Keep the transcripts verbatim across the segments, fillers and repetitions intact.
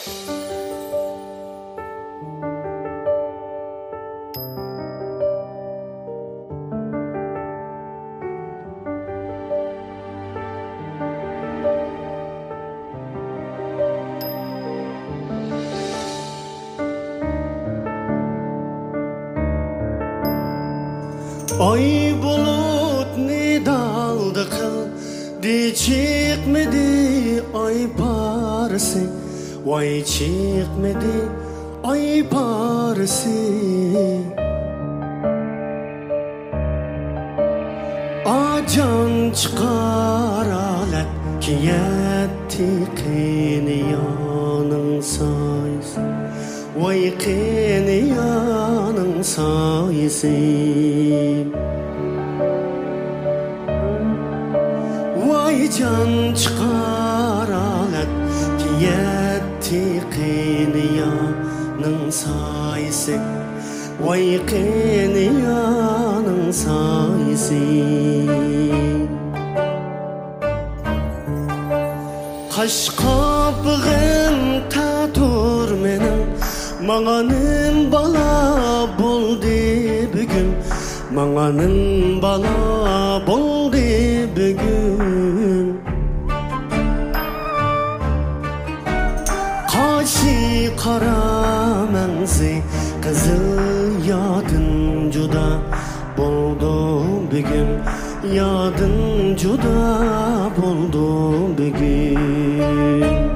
Ay bulut nidaldı kıl di çıkmadı ay parası. Vay çıkmadı ay parası. Acan çıkar alet ki yetti kiniyanın sayısı. Vay kiniyanın sayısı. Vay can çıkar alet ki yetti kiniyanın sayısı. Vay kiniyanın sayısı. Kaş kapığın tatur menin Mağanın bala buldu bugün. Mağanın bala buldu bugün. Kaşı kara menzi kızıl yadın juda buldu bugün. Yadın juda buldu bugün.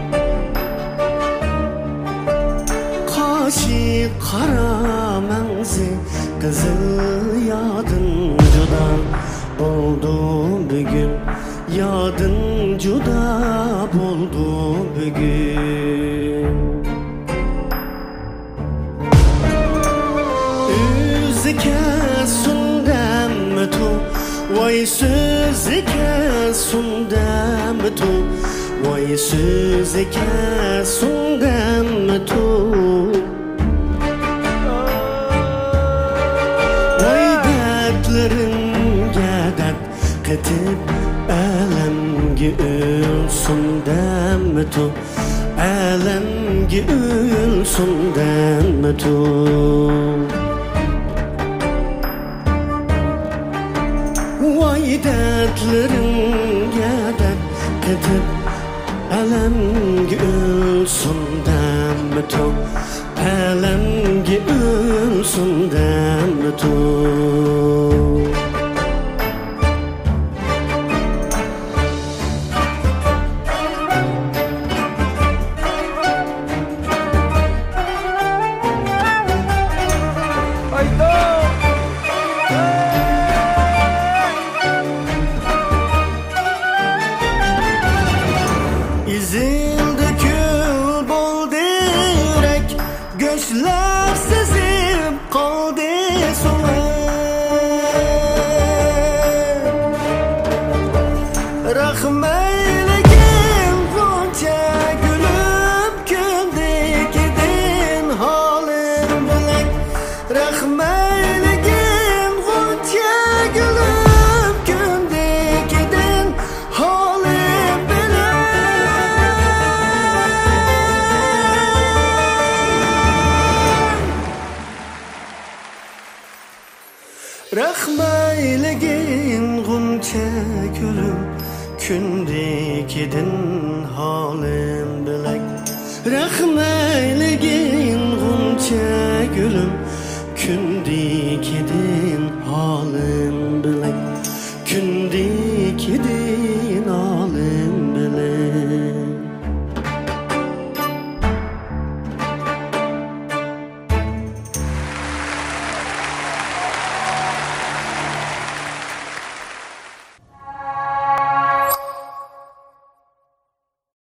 Kaşı kara menzi kızıl yadın juda buldu bugün. Yadın juda buldu bugün. Üzü kesun demtu vay sözü kesun demtu. Vay sözü kesun demtu. Ketip elemgi ölsün demtu. Elemgi ölsün demtu. Vay dertlerin gedep ketip elemgi ölsün demtu. Elemgi ölsün demtu. İzin dökül boldu yürek, göçler sezip kaldı soğuk. Rahmeylegin gonca gülüp gündekidin halim bilek. Rahmeylegin gonca gülüp gündekidin halim Rahmeylegin guncha gülüm kündekidin halim bilek. Rahmeylegin guncha gülüm kündekidin halim bilek. Kündekidin